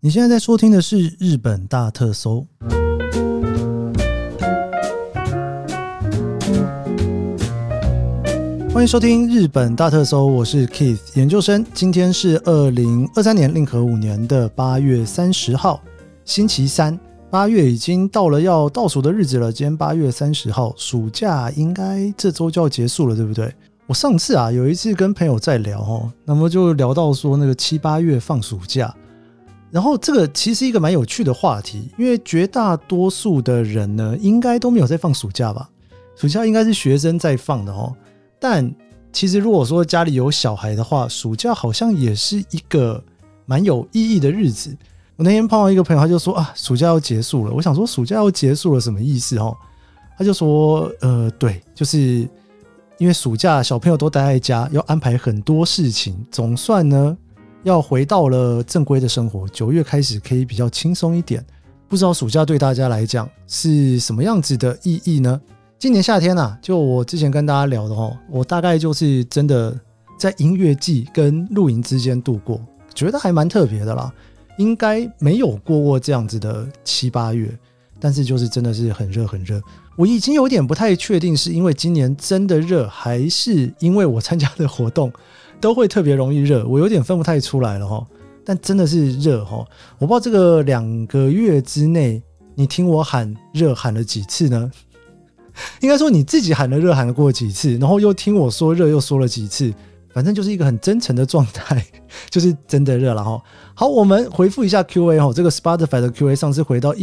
你现在在收听的是日本大特搜。欢迎收听日本大特搜，我是 Keith 研究生。今天是2023年令和5年的8月30号，星期三。8月已经到了要倒数的日子了，今天8月30号，暑假应该这周就要结束了，对不对？我上次有一次跟朋友在聊，那么就聊到说那个7、8月放暑假，然后这个其实一个蛮有趣的话题，因为绝大多数的人呢，应该都没有在放暑假吧？暑假应该是学生在放的但其实如果说家里有小孩的话，暑假好像也是一个蛮有意义的日子。我那天碰到一个朋友，他就说暑假要结束了。我想说暑假要结束了什么意思他就说对，就是因为暑假小朋友都待在家，要安排很多事情，总算呢要回到了正规的生活，9月开始可以比较轻松一点。不知道暑假对大家来讲是什么样子的意义呢？今年夏天就我之前跟大家聊的我大概就是真的在音乐季跟露营之间度过，觉得还蛮特别的啦，应该没有过这样子的7、8月，但是就是真的是很热很热。我已经有点不太确定是因为今年真的热，还是因为我参加的活动都会特别容易热，我有点分不太出来了但真的是热我不知道这个2个月之内你听我喊热喊了几次呢？应该说你自己喊了热喊过几次，然后又听我说热又说了几次，反正就是一个很真诚的状态，就是真的热了好，我们回复一下 Q&A 这个 Spotify 的 Q&A 上次回到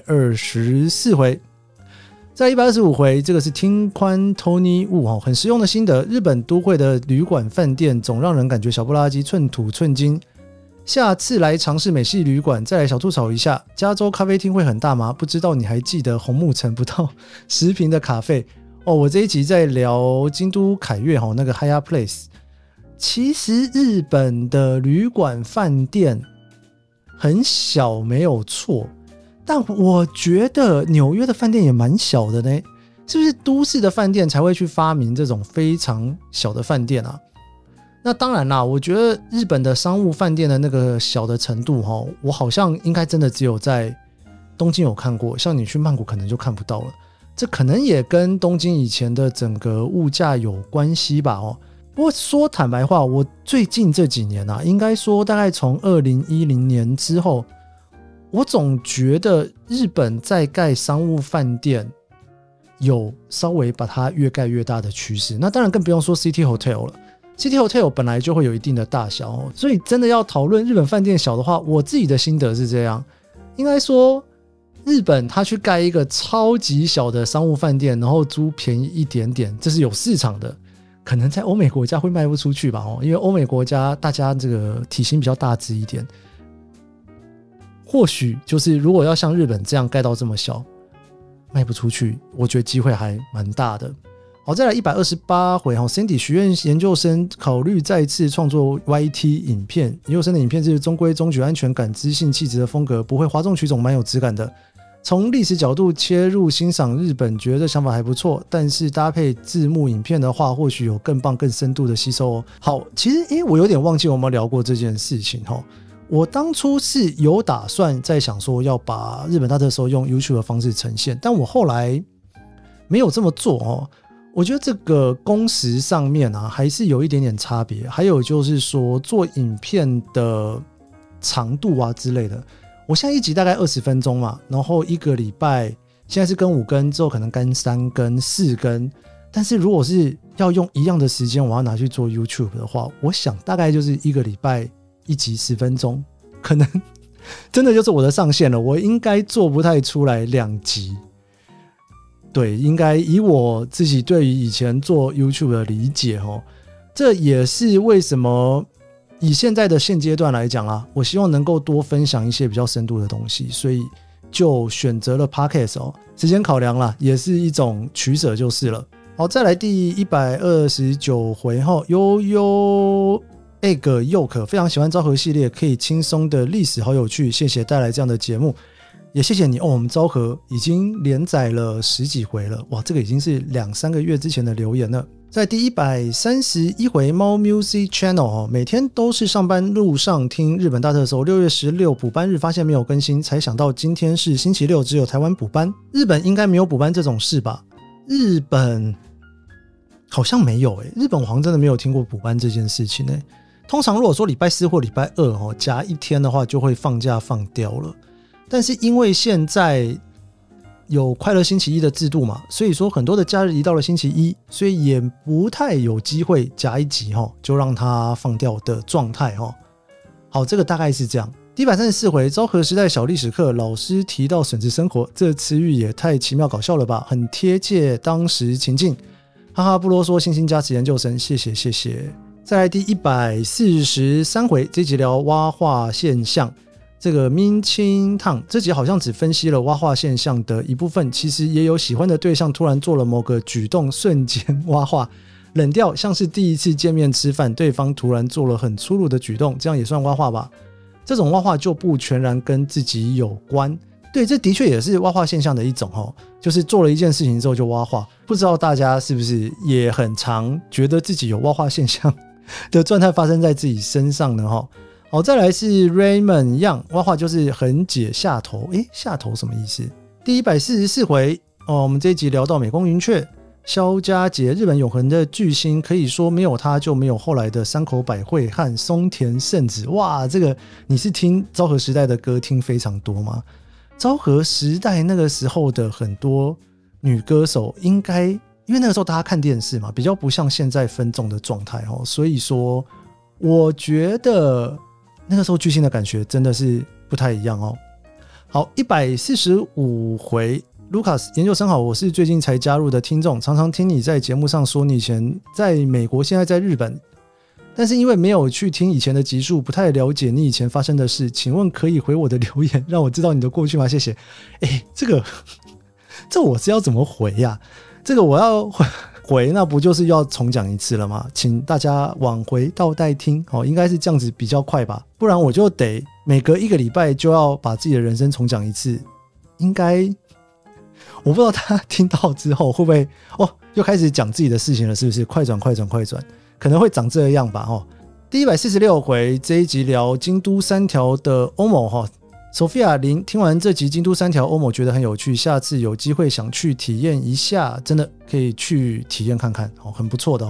124回，在125回，这个是听宽 Tony Wu 很实用的心得。日本都会的旅馆饭店总让人感觉小不拉几，寸土寸金。下次来尝试美式旅馆，再来小吐槽一下。加州咖啡厅会很大吗？不知道你还记得红木城不到10坪的卡费我这一集在聊京都凯悦那个 Hyatt Place。其实日本的旅馆饭店很小没有错，但我觉得纽约的饭店也蛮小的呢。是不是都市的饭店才会去发明这种非常小的饭店啊？那当然啦，我觉得日本的商务饭店的那个小的程度我好像应该真的只有在东京有看过，像你去曼谷可能就看不到了。这可能也跟东京以前的整个物价有关系吧不过说坦白话，我最近这几年应该说大概从2010年之后，我总觉得日本在盖商务饭店有稍微把它越盖越大的趋势。那当然更不用说 City Hotel 了， City Hotel 本来就会有一定的大小所以真的要讨论日本饭店小的话，我自己的心得是这样，应该说日本它去盖一个超级小的商务饭店，然后租便宜一点点，这是有市场的。可能在欧美国家会卖不出去吧因为欧美国家大家这个体型比较大只一点，或许就是如果要像日本这样盖到这么小卖不出去，我觉得机会还蛮大的。好，再来128回Cindy 许愿研究生考虑再次创作 YT 影片，研究生的影片是中规中矩、安全感、知性、气质的风格，不会哗众取宠，蛮有质感的。从历史角度切入欣赏日本，觉得这想法还不错，但是搭配字幕影片的话，或许有更棒更深度的吸收好，其实我有点忘记我们聊过这件事情我当初是有打算在想说要把日本大特搜用 YouTube 的方式呈现，但我后来没有这么做我觉得这个工时上面还是有一点点差别，还有就是说做影片的长度之类的。我现在一集大概20分钟嘛，然后一个礼拜现在是更5更，之后可能更3更4更，但是如果是要用一样的时间我要拿去做 YouTube 的话，我想大概就是一个礼拜一集10分钟，可能真的就是我的上限了，我应该做不太出来2集。对，应该以我自己对于以前做 YouTube 的理解这也是为什么以现在的现阶段来讲我希望能够多分享一些比较深度的东西，所以就选择了 Podcast 时间考量啦，也是一种取舍就是了。好，再来第129回悠悠 egg yolk 非常喜欢昭和系列，可以轻松的历史好有趣，谢谢带来这样的节目，也谢谢你我们昭和已经连载了10几回了，哇，这个已经是2、3个月之前的留言了。 在第131回猫 Music Channel 每天都是上班路上听日本大特搜，6月16补班日发现没有更新，才想到今天是星期六，只有台湾补班。日本应该没有补班这种事吧？日本好像没有日本我好像真的没有听过补班这件事情通常如果说礼拜4或礼拜2夹一天的话就会放假放掉了，但是因为现在有快乐星期一的制度嘛，所以说很多的假日移到了星期一，所以也不太有机会夹一集就让它放掉的状态好，这个大概是这样。第134回昭和时代小历史课，老师提到笋子生活，这词语也太奇妙搞笑了吧，很贴切当时情境，哈哈不啰嗦，星星加持研究生，谢谢谢谢。再来第143回，这集聊蛙化现象，这个明清烫这集好像只分析了蛙化现象的一部分，其实也有喜欢的对象突然做了某个举动，瞬间蛙化冷掉，像是第一次见面吃饭，对方突然做了很粗鲁的举动，这样也算蛙化吧？这种蛙化就不全然跟自己有关，对，这的确也是蛙化现象的一种就是做了一件事情之后就蛙化。不知道大家是不是也很常觉得自己有蛙化现象的状态发生在自己身上呢？好，再来是 Raymond Young， 蛙化就是横解下头，下头什么意思？第144回我们这一集聊到美空云雀萧家杰，日本永恒的巨星，可以说没有他就没有后来的山口百惠和松田圣子。哇，这个你是听昭和时代的歌听非常多吗？昭和时代那个时候的很多女歌手应该因为那个时候大家看电视嘛，比较不像现在分众的状态所以说我觉得那个时候巨星的感觉真的是不太一样好，145回Lucas 研究生好，我是最近才加入的听众，常常听你在节目上说你以前在美国，现在在日本，但是因为没有去听以前的集数，不太了解你以前发生的事，请问可以回我的留言让我知道你的过去吗？谢谢。这我是要怎么回呀？这个我要回那不就是要重讲一次了吗？请大家往回倒带听应该是这样子比较快吧，不然我就得每隔1个礼拜就要把自己的人生重讲一次，应该我不知道他听到之后会不会又开始讲自己的事情了，是不是？快转快转快转，可能会长这样吧第146回这一集聊京都3条的欧某Sophia 林，听完这集京都3条欧某觉得很有趣，下次有机会想去体验一下，真的可以去体验看看很不错的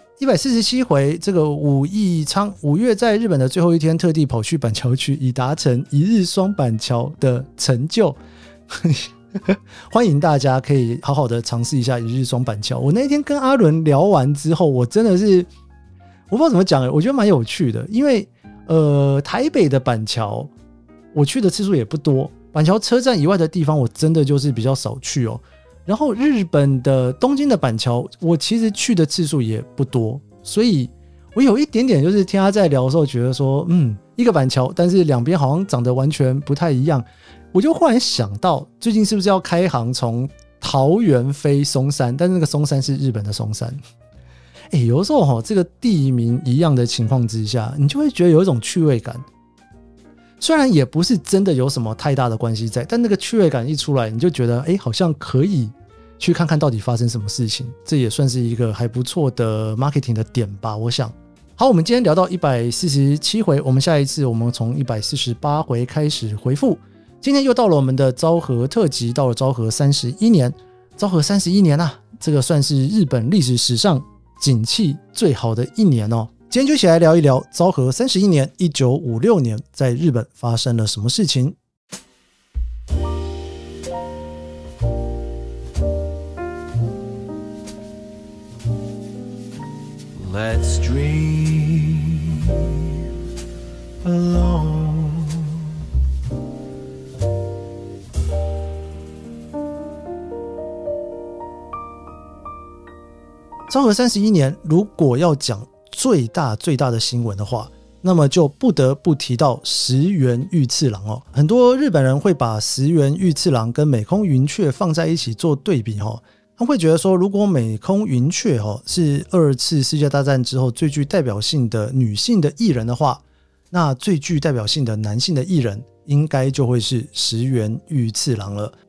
147回这个武义昌5月在日本的最后一天特地跑去板桥去，以达成一日双板桥的成就欢迎大家可以好好的尝试一下一日双板桥。我那天跟阿伦聊完之后，我真的是我不知道怎么讲我觉得蛮有趣的，因为台北的板桥我去的次数也不多，板桥车站以外的地方我真的就是比较少去然后日本的东京的板桥我其实去的次数也不多，所以我有一点点就是听他在聊的时候觉得说一个板桥但是两边好像长得完全不太一样，我就忽然想到最近是不是要开航从桃园飞松山，但是那个松山是日本的松山有的时候这个地名一样的情况之下，你就会觉得有一种趣味感，虽然也不是真的有什么太大的关系在，但那个趣味感一出来，你就觉得好像可以去看看到底发生什么事情，这也算是一个还不错的 marketing 的点吧，我想。好，我们今天聊到147回，我们下一次我们从148回开始回复。今天又到了我们的昭和特辑，到了昭和31年，昭和31年这个算是日本历史史上景气最好的一年今天就一起来聊一聊昭和31年1956年在日本发生了什么事情。Let's dream alone昭和31年如果要讲最大的新闻的话，那么就不得不提到石原裕次郎很多日本人会把石原裕次郎跟美空云雀放在一起做对比他们会觉得说，如果美空云雀是2次世界大战之后最具代表性的女性的艺人的话，那最具代表性的男性的艺人应该就会是石原裕次郎了。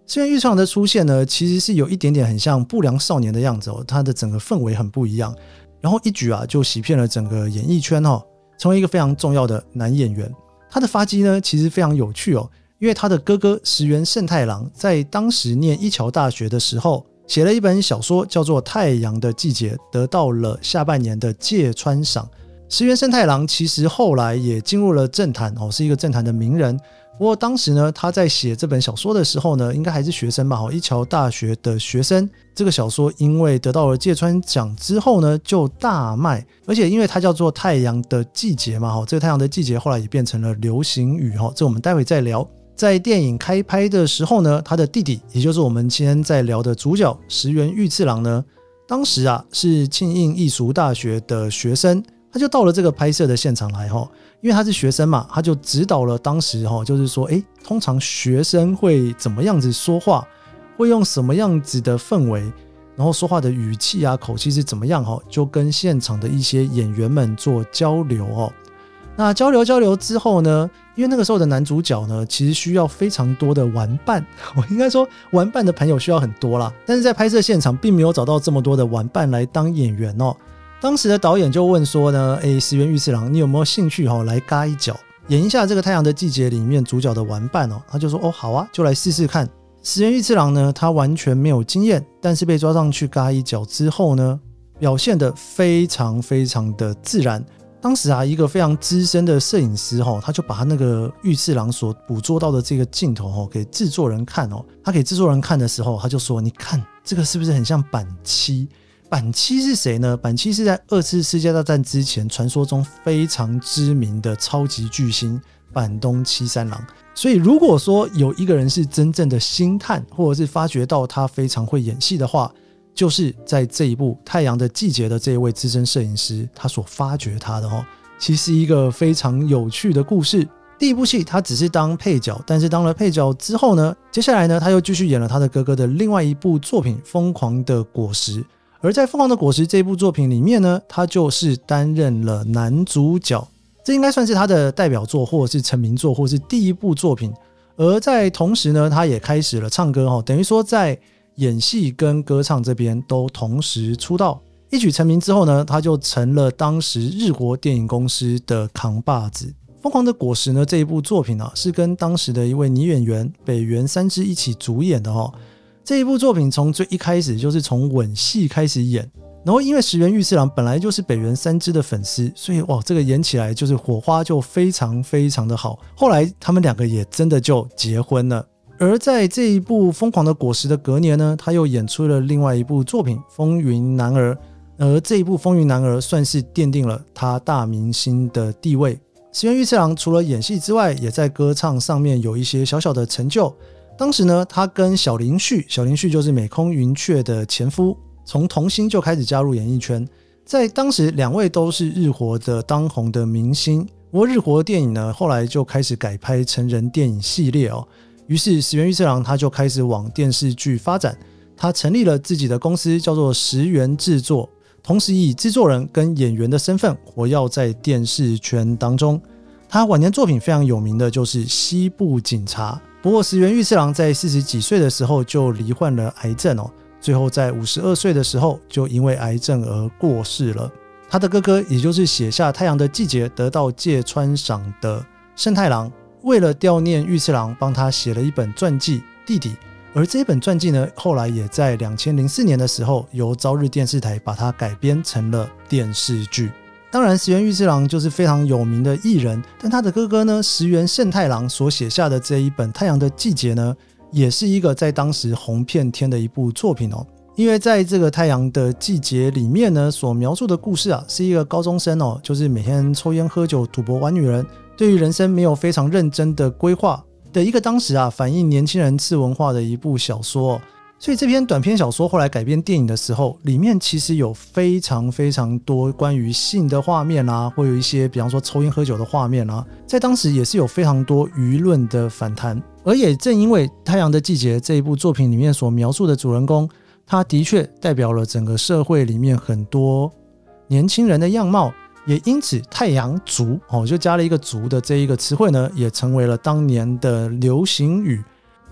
石原裕次郎的出现呢，其实是有一点点很像不良少年的样子他的整个氛围很不一样，然后一举就洗遍了整个演艺圈成为一个非常重要的男演员。他的发迹呢，其实非常有趣因为他的哥哥石原慎太郎在当时念一桥大学的时候，写了一本小说叫做《太阳的季节》，得到了下半年的芥川赏。石原慎太郎其实后来也进入了政坛是一个政坛的名人。不过当时呢，他在写这本小说的时候呢，应该还是学生吧一桥大学的学生。这个小说因为得到了芥川奖之后呢，就大卖，而且因为它叫做《太阳的季节》嘛这个太阳的季节后来也变成了流行语这我们待会再聊。在电影开拍的时候呢，他的弟弟也就是我们今天在聊的主角石原裕次郎呢，当时是庆应艺术大学的学生，他就到了这个拍摄的现场来因为他是学生嘛，他就指导了当时就是说通常学生会怎么样子说话，会用什么样子的氛围，然后说话的语气口气是怎么样就跟现场的一些演员们做交流那交流之后呢，因为那个时候的男主角呢，其实需要非常多的玩伴，我应该说玩伴的朋友需要很多啦，但是在拍摄现场并没有找到这么多的玩伴来当演员当时的导演就问说呢，石原裕次郎，你有没有兴趣来嘎一脚，演一下这个《太阳的季节》里面主角的玩伴他就说好啊，就来试试看。石原裕次郎呢，他完全没有经验，但是被抓上去嘎一脚之后呢，表现得非常非常的自然。当时一个非常资深的摄影师他就把他那个裕次郎所捕捉到的这个镜头给制作人看他给制作人看的时候，他就说，你看这个是不是很像板七？板七是谁呢？板七是在2次世界大战之前传说中非常知名的超级巨星板东七三郎。所以如果说有一个人是真正的星探，或者是发觉到他非常会演戏的话，就是在这一部《太阳的季节》的这一位资深摄影师他所发掘他的其实一个非常有趣的故事。第一部戏他只是当配角，但是当了配角之后呢，接下来呢他又继续演了他的哥哥的另外一部作品《疯狂的果实》。而在《疯狂的果实》这部作品里面呢，他就是担任了男主角，这应该算是他的代表作，或者是成名作，或者是第一部作品。而在同时呢，他也开始了唱歌等于说在演戏跟歌唱这边都同时出道。一举成名之后呢，他就成了当时日国电影公司的扛把子。《疯狂的果实》呢，这一部作品是跟当时的一位女演员北原三枝一起主演的这一部作品从最一开始就是从吻戏开始演，然后因为石原裕次郎本来就是北原三枝的粉丝，所以这个演起来就是火花就非常非常的好。后来他们两个也真的就结婚了。而在这一部《疯狂的果实》的隔年呢，他又演出了另外一部作品《风云男儿》，而这一部《风云男儿》算是奠定了他大明星的地位。石原裕次郎除了演戏之外，也在歌唱上面有一些小小的成就。当时呢，他跟小林旭就是美空云雀的前夫，从童星就开始加入演艺圈。在当时两位都是日活的当红的明星，不过日活电影呢，后来就开始改拍成人电影系列于是石原裕次郎他就开始往电视剧发展，他成立了自己的公司叫做石原制作，同时以制作人跟演员的身份活跃在电视圈当中。他晚年作品非常有名的就是《西部警察》，不过石原裕次郎在40几岁的时候就罹患了癌症最后在52岁的时候就因为癌症而过世了。他的哥哥也就是写下《太阳的季节》得到芥川赏的慎太郎，为了悼念裕次郎，帮他写了一本传记《弟弟》，而这本传记呢，后来也在2004年的时候由朝日电视台把它改编成了电视剧。当然石原裕次郎就是非常有名的艺人，但他的哥哥呢，石原慎太郎所写下的这一本《太阳的季节》呢，也是一个在当时红遍天的一部作品因为在这个《太阳的季节》里面呢，所描述的故事是一个高中生就是每天抽烟喝酒赌博玩女人，对于人生没有非常认真的规划的一个当时反映年轻人次文化的一部小说所以这篇短篇小说后来改编电影的时候，里面其实有非常非常多关于性的画面会有一些比方说抽烟喝酒的画面在当时也是有非常多舆论的反弹。而也正因为《太阳的季节》这一部作品里面所描述的主人公，他的确代表了整个社会里面很多年轻人的样貌，也因此太阳族就加了一个族的这一个词汇呢，也成为了当年的流行语。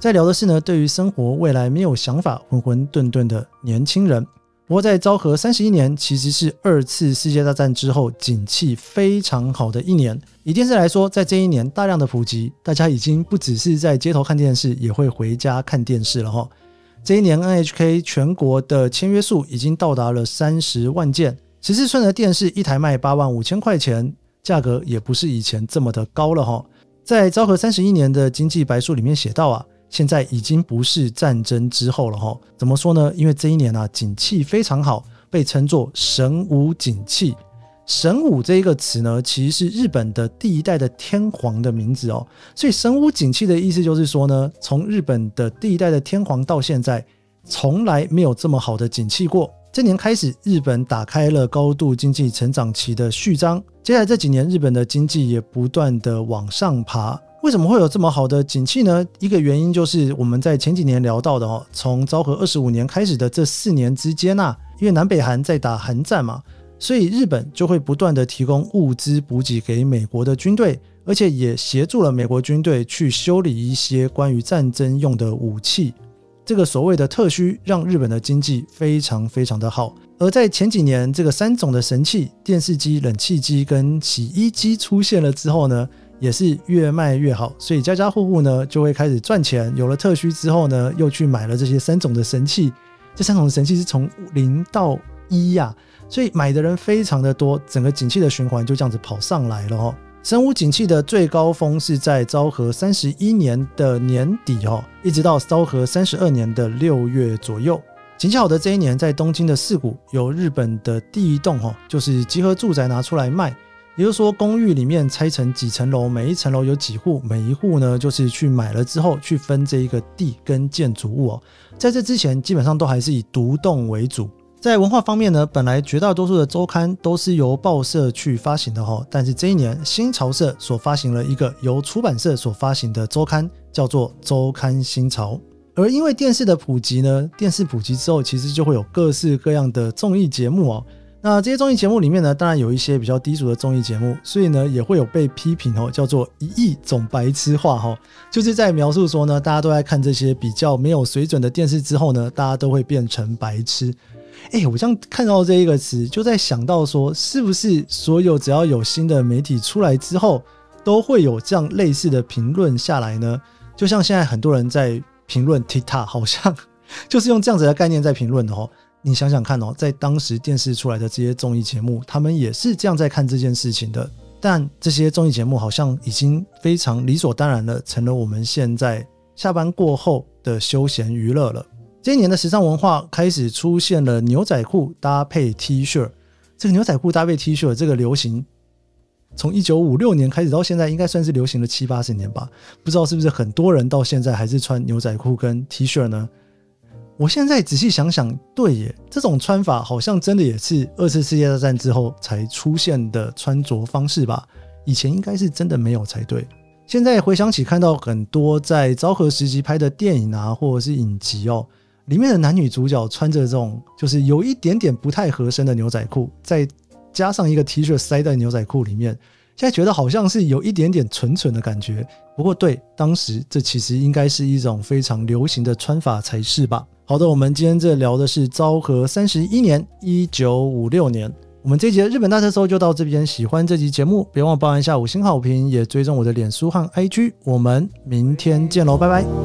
再聊的是呢，对于生活未来没有想法、浑浑沌沌的年轻人。不过在昭和31年，其实是2次世界大战之后景气非常好的一年。以电视来说，在这一年大量的普及，大家已经不只是在街头看电视，也会回家看电视了齁。这一年 NHK 全国的签约数已经到达了30万件，14寸的电视一台卖85000块钱，价格也不是以前这么的高了齁。在昭和31年的经济白书里面写到啊，现在已经不是战争之后了齁。怎么说呢？因为这一年啊，景气非常好，被称作神武景气。神武这一个词呢，其实是日本的第一代的天皇的名字哦。所以神武景气的意思就是说呢，从日本的第一代的天皇到现在，从来没有这么好的景气过。这年开始，日本打开了高度经济成长期的序章。接下来这几年，日本的经济也不断的往上爬。为什么会有这么好的景气呢？一个原因就是我们在前几年聊到的哦，从昭和25年开始的这4年之间啊，因为南北韩在打韩战嘛，所以日本就会不断的提供物资补给给美国的军队，而且也协助了美国军队去修理一些关于战争用的武器。这个所谓的特需让日本的经济非常非常的好。而在前几年这个3种的神器，电视机、冷气机跟洗衣机出现了之后呢，也是越卖越好，所以家家户户呢就会开始赚钱。有了特需之后呢，又去买了这些3种的神器。这3种的神器是从0到1啊，所以买的人非常的多，整个景气的循环就这样子跑上来了哦。神武景气的最高峰是在昭和31年的年底哦，一直到昭和32年的6月左右。景气好的这一年，在东京的四谷有日本的第一栋就是集合住宅拿出来卖，也就是说公寓里面拆成几层楼，每一层楼有几户，每一户呢就是去买了之后去分这一个地跟建筑物哦。在这之前基本上都还是以独栋为主。在文化方面呢，本来绝大多数的周刊都是由报社去发行的但是这一年新潮社所发行了一个由出版社所发行的周刊，叫做周刊新潮。而因为电视的普及呢，电视普及之后其实就会有各式各样的综艺节目哦。那这些综艺节目里面呢，当然有一些比较低俗的综艺节目，所以呢也会有被批评叫做1亿种白痴化就是在描述说呢，大家都在看这些比较没有水准的电视之后呢，大家都会变成白痴。我这样看到这一个词，就在想到说，是不是所有只要有新的媒体出来之后，都会有这样类似的评论下来呢？就像现在很多人在评论 TikTok， 好像就是用这样子的概念在评论的你想想看在当时电视出来的这些综艺节目，他们也是这样在看这件事情的。但这些综艺节目好像已经非常理所当然了，成了我们现在下班过后的休闲娱乐了。这一年的时尚文化开始出现了牛仔裤搭配 T 恤。这个牛仔裤搭配 T 恤这个流行，从1956年开始到现在应该算是流行了70-80年吧。不知道是不是很多人到现在还是穿牛仔裤跟 T 恤呢？我现在仔细想想，对耶，这种穿法好像真的也是2次世界大战之后才出现的穿着方式吧，以前应该是真的没有才对。现在回想起看到很多在昭和时期拍的电影啊，或者是影集里面的男女主角穿着这种就是有一点点不太合身的牛仔裤，再加上一个 T 恤塞在牛仔裤里面，现在觉得好像是有一点点蠢蠢的感觉。不过对，当时这其实应该是一种非常流行的穿法才是吧。好的，我们今天这聊的是昭和31年1956年。我们这一集的日本大特搜就到这边，喜欢这集节目别忘了帮按下5星好评，也追踪我的脸书和 IG。我们明天见咯，拜拜。